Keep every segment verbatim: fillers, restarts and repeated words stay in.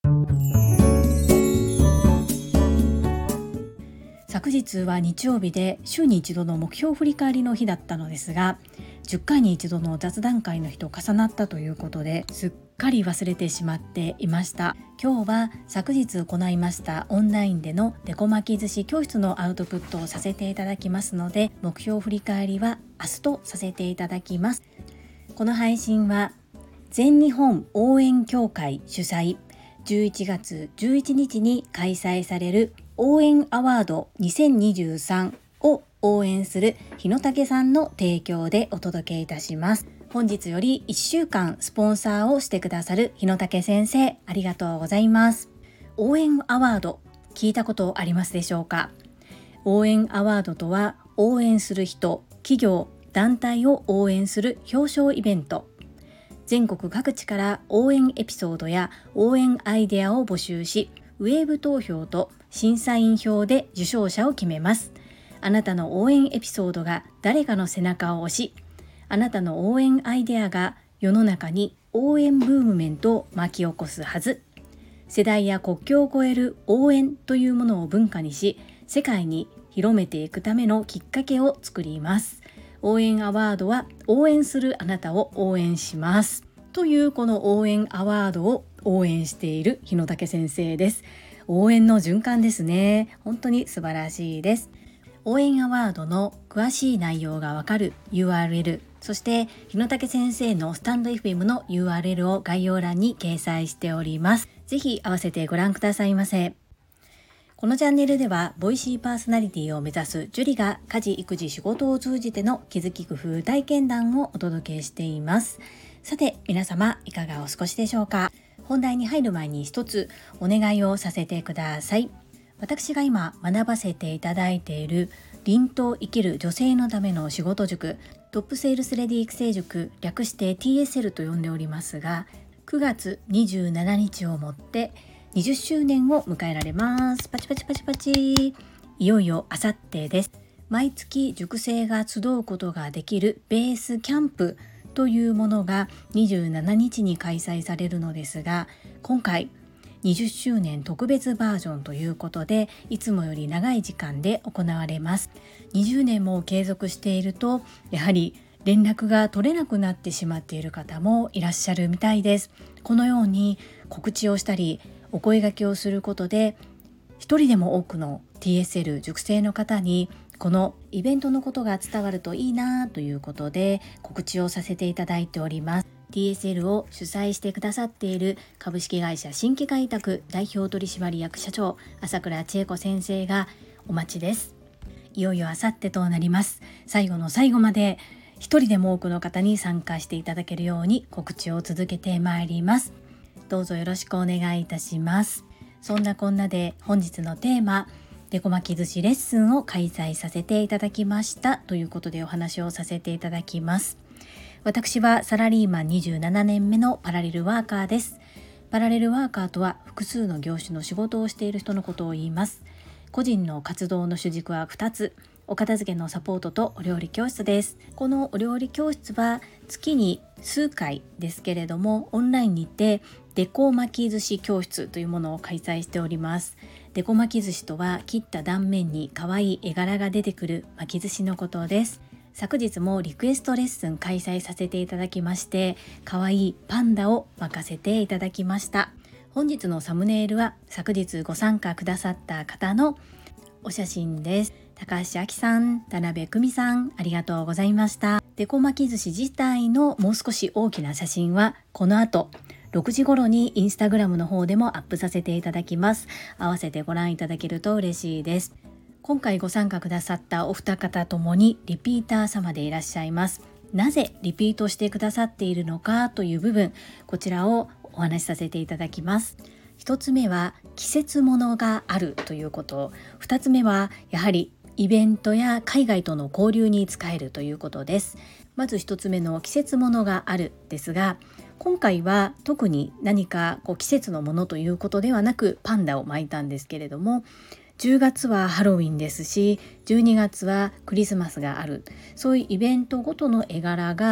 昨日は日曜日で週に一度の目標振り返りの日だったのですが、じゅっかいに一度の雑談会の日と重なったということですっかり忘れてしまっていました。今日は昨日行いましたオンラインでのデコ巻き寿司教室のアウトプットをさせていただきますので、目標振り返りは明日とさせていただきます。この配信は全日本応援協会主催じゅういちがつじゅういちにちに開催される応援アワードにせんにじゅうさんを応援する日野武さんの提供でお届けいたします。本日よりいっしゅうかんスポンサーをしてくださる日野武先生、ありがとうございます。応援アワード、聞いたことありますでしょうか？応援アワードとは、応援する人、企業、団体を応援する表彰イベント。全国各地から応援エピソードや応援アイデアを募集し、ウェーブ投票と審査員票で受賞者を決めます。あなたの応援エピソードが誰かの背中を押し、あなたの応援アイデアが世の中に応援ブームメントを巻き起こすはず。世代や国境を超える応援というものを文化にし、世界に広めていくためのきっかけを作ります。応援アワードは応援するあなたを応援します。というこの応援アワードを応援している日野武先生です。応援の循環ですね。本当に素晴らしいです。応援アワードの詳しい内容がわかる ユーアールエル、そして日野武先生のスタンド エフエム の ユーアールエル を概要欄に掲載しております。ぜひ合わせてご覧くださいませ。このチャンネルではボイシーパーソナリティを目指すジュリが家事育児仕事を通じての気づき工夫体験談をお届けしています。さて皆様いかがお過ごしでしょうか？本題に入る前に一つお願いをさせてください。私が今学ばせていただいている凛と生きる女性のための仕事塾、トップセールスレディ育成塾、略して ティーエスエル と呼んでおりますが、くがつにじゅうしちにちをもってにじゅっしゅうねんを迎えられます。パチパチパチパチ。いよいよあさってです。毎月塾生が集うことができるベースキャンプというものがにじゅうしちにちに開催されるのですが、今回にじゅっしゅうねん特別バージョンということで、いつもより長い時間で行われます。にじゅうねんも継続していると、やはり連絡が取れなくなってしまっている方もいらっしゃるみたいです。このように告知をしたりお声掛けをすることで、一人でも多くの ティーエスエル 塾生の方にこのイベントのことが伝わるといいなということで告知をさせていただいております。 ティーエスエル を主催してくださっている株式会社新規開拓代表取締役社長朝倉千恵子先生がお待ちです。いよいよあさってとなります。最後の最後まで一人でも多くの方に参加していただけるように告知を続けてまいります。どうぞよろしくお願いいたします。そんなこんなで本日のテーマ、デコ巻き寿司レッスンを開催させていただきましたということでお話をさせていただきます。私はサラリーマンにじゅうななねんめのパラレルワーカーです。パラレルワーカーとは複数の業種の仕事をしている人のことを言います。個人の活動の主軸はふたつ、お片付けのサポートとお料理教室です。このお料理教室は月に数回ですけれども、オンラインにてデコ巻き寿司教室というものを開催しております。デコ巻き寿司とは切った断面に可愛い絵柄が出てくる巻き寿司のことです。昨日もリクエストレッスン開催させていただきまして、可愛いパンダを巻かせていただきました。本日のサムネイルは昨日ご参加くださった方のお写真です。高橋明さん、田辺久美さん、ありがとうございました。デコ巻き寿司自体のもう少し大きな写真はこの後ろくじ頃にインスタグラムの方でもアップさせていただきます。合わせてご覧いただけると嬉しいです。今回ご参加くださったお二方ともにリピーター様でいらっしゃいます。なぜリピートしてくださっているのかという部分、こちらをお話しさせていただきます。一つ目は季節物があるということ。二つ目はやはりイベントや海外との交流に使えるということです。まず一つ目の季節物があるですが、今回は特に何かこう季節のものということではなくパンダを巻いたんですけれども、じゅうがつはハロウィンですし、じゅうにがつはクリスマスがある、そういうイベントごとの絵柄が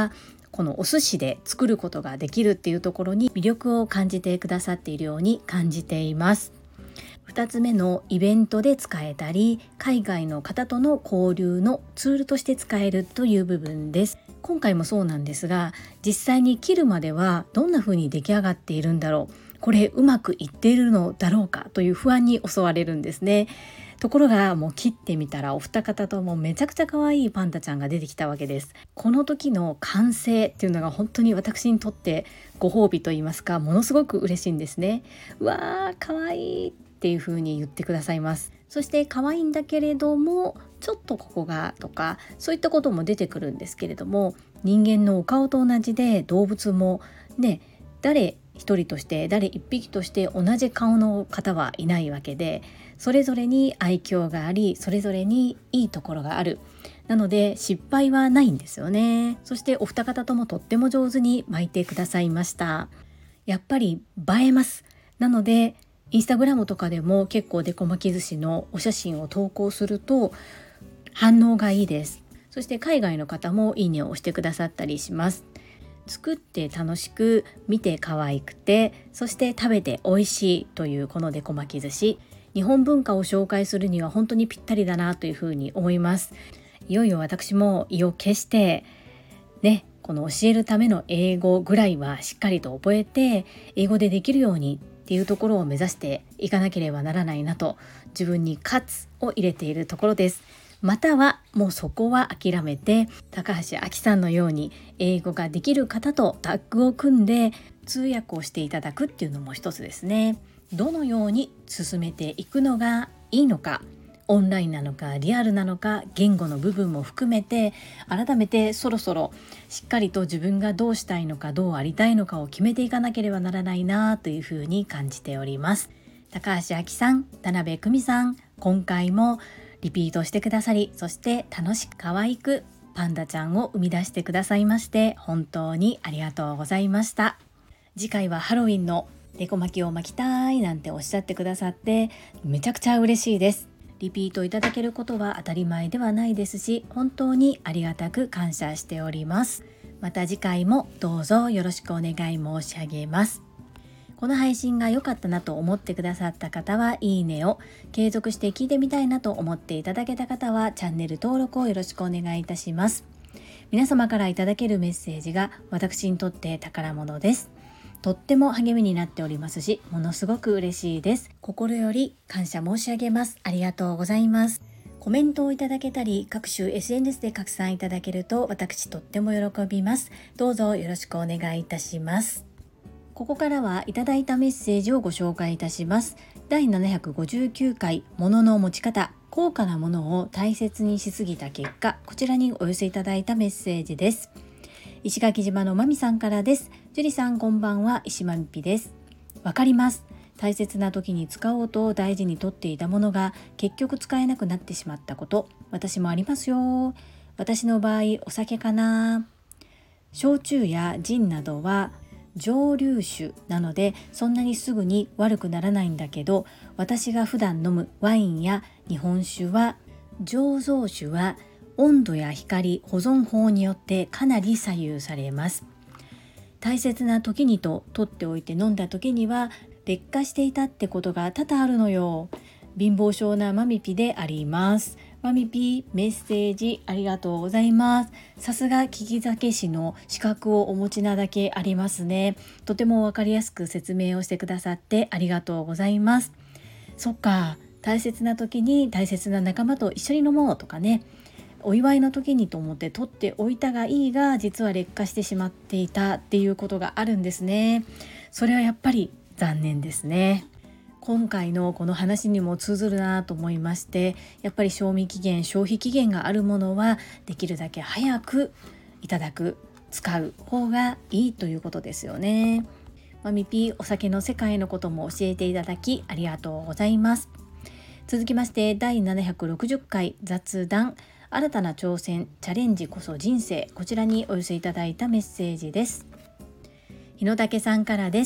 このお寿司で作ることができるっていうところに魅力を感じてくださっているように感じています。ふたつめのイベントで使えたり、海外の方との交流のツールとして使えるという部分です。今回もそうなんですが、実際に切るまではどんな風に出来上がっているんだろう、これうまくいっているのだろうかという不安に襲われるんですね。ところがもう切ってみたらお二方ともめちゃくちゃ可愛いパンダちゃんが出てきたわけです。この時の完成っていうのが本当に私にとってご褒美と言いますか、ものすごく嬉しいんですね。うわー可愛いっていう風に言ってくださいます。そして可愛いんだけれどもちょっとここがとか、そういったことも出てくるんですけれども、人間のお顔と同じで動物もね、誰一人として誰一匹として同じ顔の方はいないわけで、それぞれに愛嬌があり、それぞれにいいところがある。なので失敗はないんですよね。そしてお二方ともとっても上手に巻いてくださいました。やっぱり映えます。なのでインスタグラムとかでも結構デコ巻き寿司のお写真を投稿すると反応がいいです。そして海外の方もいいねを押してくださったりします。作って楽しく、見て可愛くて、そして食べて美味しいというこのデコ巻き寿司、日本文化を紹介するには本当にぴったりだなというふうに思います。いよいよ私も意を決してね、この教えるための英語ぐらいはしっかりと覚えて、英語でできるようにっていうところを目指していかなければならないなと、自分に喝を入れているところです。またはもうそこは諦めて、高橋亜紀さんのように英語ができる方とタッグを組んで通訳をしていただくっていうのも一つですね。どのように進めていくのがいいのか、オンラインなのかリアルなのか、言語の部分も含めて改めてそろそろしっかりと自分がどうしたいのか、どうありたいのかを決めていかなければならないなというふうに感じております。高橋亜紀さん、田辺久美さん、今回もリピートしてくださり、そして楽しく可愛くパンダちゃんを生み出してくださいまして本当にありがとうございました。次回はハロウィンのデコ巻きを巻きたいなんておっしゃってくださってめちゃくちゃ嬉しいです。リピートいただけることは当たり前ではないですし、本当にありがたく感謝しております。また次回もどうぞよろしくお願い申し上げます。この配信が良かったなと思ってくださった方はいいねを、継続して聞いてみたいなと思っていただけた方はチャンネル登録をよろしくお願いいたします。皆様からいただけるメッセージが私にとって宝物です。とっても励みになっておりますし、ものすごく嬉しいです。心より感謝申し上げます。ありがとうございます。コメントをいただけたり、各種 エスエヌエス で拡散いただけると私とっても喜びます。どうぞよろしくお願いいたします。ここからはいただいたメッセージをご紹介いたします。だいななひゃくごじゅうきゅうかい物の持ち方、高価なものを大切にしすぎた結果、こちらにお寄せいただいたメッセージです。石垣島のまみさんからです。樹里さんこんばんは、石まみぴです。わかります。大切な時に使おうと大事に取っていたものが結局使えなくなってしまったこと、私もありますよ。私の場合お酒かな。焼酎やジンなどは蒸留酒なのでそんなにすぐに悪くならないんだけど、私が普段飲むワインや日本酒は醸造酒は温度や光、保存法によってかなり左右されます。大切な時にと取っておいて飲んだ時には劣化していたってことが多々あるのよ。貧乏症なマミピであります。マミピメッセージありがとうございます。さすが聞き酒師の資格をお持ちなだけありますね。とてもわかりやすく説明をしてくださってありがとうございます。そっか、大切な時に大切な仲間と一緒に飲もうとかね、お祝いの時にと思って取っておいたがいいが実は劣化してしまっていたっていうことがあるんですね。それはやっぱり残念ですね。今回のこの話にも通ずるなと思いまして、やっぱり賞味期限、消費期限があるものはできるだけ早くいただく、使う方がいいということですよね。マミピーお酒の世界のことも教えていただきありがとうございます。続きましてだいななひゃくろくじゅっかい雑談、新たな挑戦チャレンジこそ人生、こちらにお寄せいただいたメッセージです。日野武さんからです。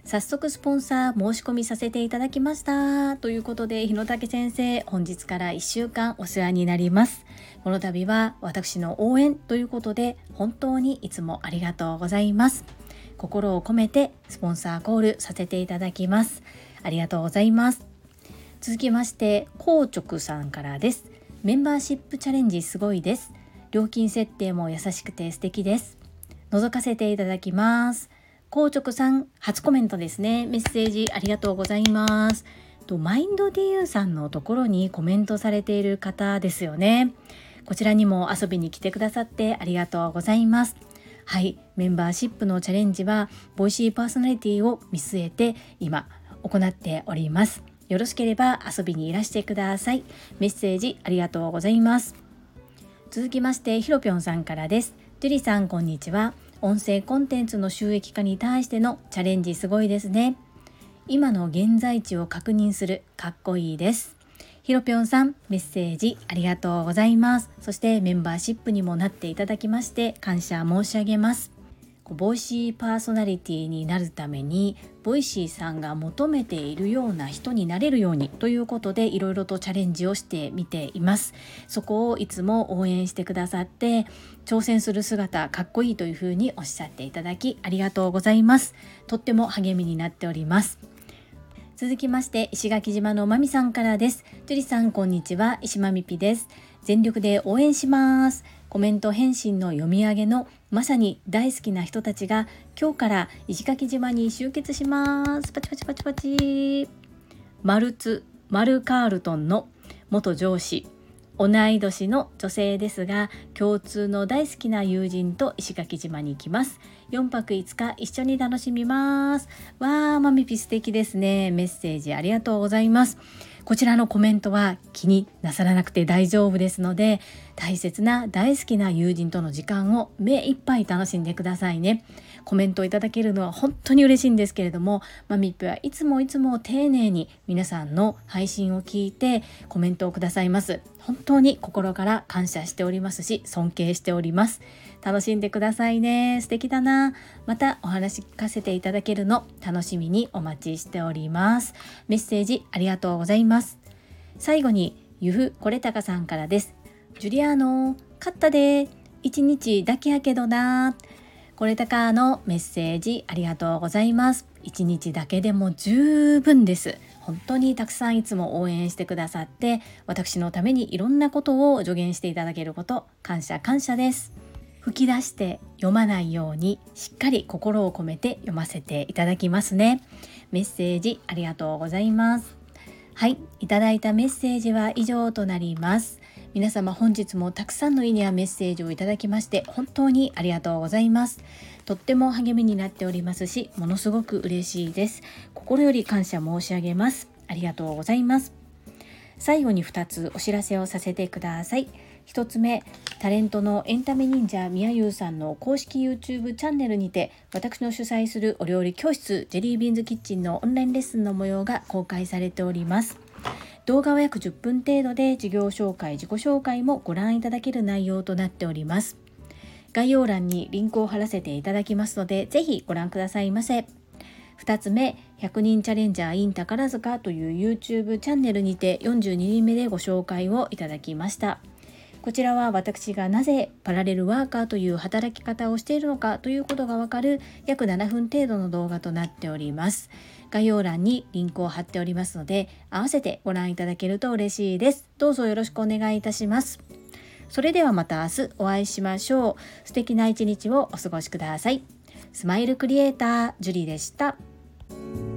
早速スポンサー申し込みさせていただきましたということで、日野武先生、本日からいっしゅうかんお世話になります。この度は私の応援ということで、本当にいつもありがとうございます。心を込めてスポンサーコールさせていただきます。ありがとうございます。続きまして、こうちょくさんからです。メンバーシップチャレンジすごいです。料金設定も優しくて素敵です。覗かせていただきます。こうちょくさん、初コメントですね。メッセージありがとうございます。とマインド ディーユー さんのところにコメントされている方ですよね。こちらにも遊びに来てくださってありがとうございます。はい、メンバーシップのチャレンジはボイシーパーソナリティを見据えて今行っております。よろしければ遊びにいらしてください。メッセージありがとうございます。続きまして、ひろぴょんさんからです。ジュリさん、こんにちは。音声コンテンツの収益化に対してのチャレンジすごいですね。今の現在地を確認する、かっこいいです。ひろぴょんさん、メッセージありがとうございます。そしてメンバーシップにもなっていただきまして感謝申し上げます。ボイシーパーソナリティになるために、ボイシーさんが求めているような人になれるようにということで、いろいろとチャレンジをしてみています。そこをいつも応援してくださって、挑戦する姿かっこいいというふうにおっしゃっていただきありがとうございます。とっても励みになっております。続きまして、石垣島のまみさんからです。ジュリさん、こんにちは。石まみぴです。全力で応援します。コメント返信の読み上げのまさに大好きな人たちが今日から石垣島に集結します。パチパチパチパチ。マルツ・マルカールトンの元上司、同い年の女性ですが、共通の大好きな友人と石垣島に行きます。よんぱくいつか一緒に楽しみます。わー、マミピ素敵ですね。メッセージありがとうございます。こちらのコメントは気になさらなくて大丈夫ですので、大切な大好きな友人との時間を目いっぱい楽しんでくださいね。コメントいただけるのは本当に嬉しいんですけれども、マミッピはいつもいつも丁寧に皆さんの配信を聞いてコメントをくださいます。本当に心から感謝しておりますし、尊敬しております。楽しんでくださいね。素敵だな。またお話聞かせていただけるの楽しみにお待ちしております。メッセージありがとうございます。最後にゆふこれたかさんからです。ジュリアーノ勝ったで、一日だけやけどな。これたかのメッセージありがとうございます。一日だけでも十分です。本当にたくさんいつも応援してくださって、私のためにいろんなことを助言していただけること、感謝感謝です。吹き出して読まないようにしっかり心を込めて読ませていただきますね。メッセージありがとうございます。はい、いただいたメッセージは以上となります。皆様、本日もたくさんのいいねやメッセージをいただきまして本当にありがとうございます。とっても励みになっておりますし、ものすごく嬉しいです。心より感謝申し上げます。ありがとうございます。最後にふたつお知らせをさせてください。ひとつめ、タレントのエンタメ忍者みやゆうさんの公式 YouTube チャンネルにて、私の主催するお料理教室ジェリービーンズキッチンのオンラインレッスンの模様が公開されております。動画は約じゅっぷん程度で、授業紹介、自己紹介もご覧いただける内容となっております。概要欄にリンクを貼らせていただきますので、ぜひご覧くださいませ。ふたつめ、ひゃくにんチャレンジャー in 宝塚という YouTube チャンネルにてよんじゅうににんめでご紹介をいただきました。こちらは私がなぜパラレルワーカーという働き方をしているのかということがわかる約ななふん程度の動画となっております。概要欄にリンクを貼っておりますので、合わせてご覧いただけると嬉しいです。どうぞよろしくお願いいたします。それではまた明日お会いしましょう。素敵な一日をお過ごしください。スマイルクリエイタージュリでした。